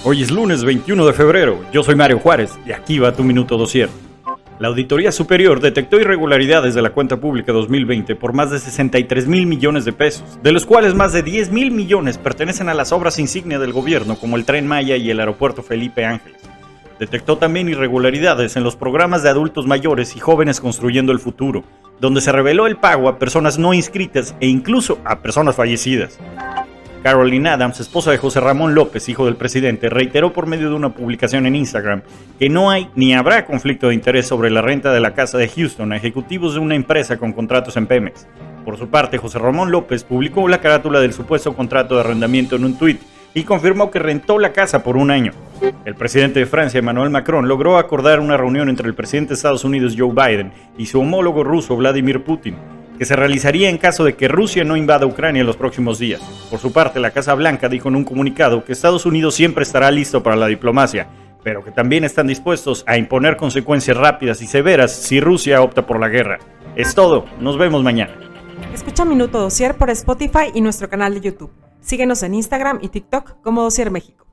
Hoy es lunes 21 de febrero, yo soy Mario Juárez y aquí va tu Minuto Dosier. La Auditoría Superior detectó irregularidades de la cuenta pública 2020 por más de 63 mil millones de pesos, de los cuales más de 10 mil millones pertenecen a las obras insignia del gobierno como el Tren Maya y el Aeropuerto Felipe Ángeles. Detectó también irregularidades en los programas de adultos mayores y jóvenes construyendo el futuro, donde se reveló el pago a personas no inscritas e incluso a personas fallecidas. Caroline Adams, esposa de José Ramón López, hijo del presidente, reiteró por medio de una publicación en Instagram que no hay ni habrá conflicto de interés sobre la renta de la casa de Houston a ejecutivos de una empresa con contratos en Pemex. Por su parte, José Ramón López publicó la carátula del supuesto contrato de arrendamiento en un tuit y confirmó que rentó la casa por un año. El presidente de Francia, Emmanuel Macron, logró acordar una reunión entre el presidente de Estados Unidos, Joe Biden, y su homólogo ruso, Vladimir Putin, que se realizaría en caso de que Rusia no invada Ucrania en los próximos días. Por su parte, la Casa Blanca dijo en un comunicado que Estados Unidos siempre estará listo para la diplomacia, pero que también están dispuestos a imponer consecuencias rápidas y severas si Rusia opta por la guerra. Es todo, nos vemos mañana. Escucha Minuto Dosier por Spotify y nuestro canal de YouTube. Síguenos en Instagram y TikTok como Dosier México.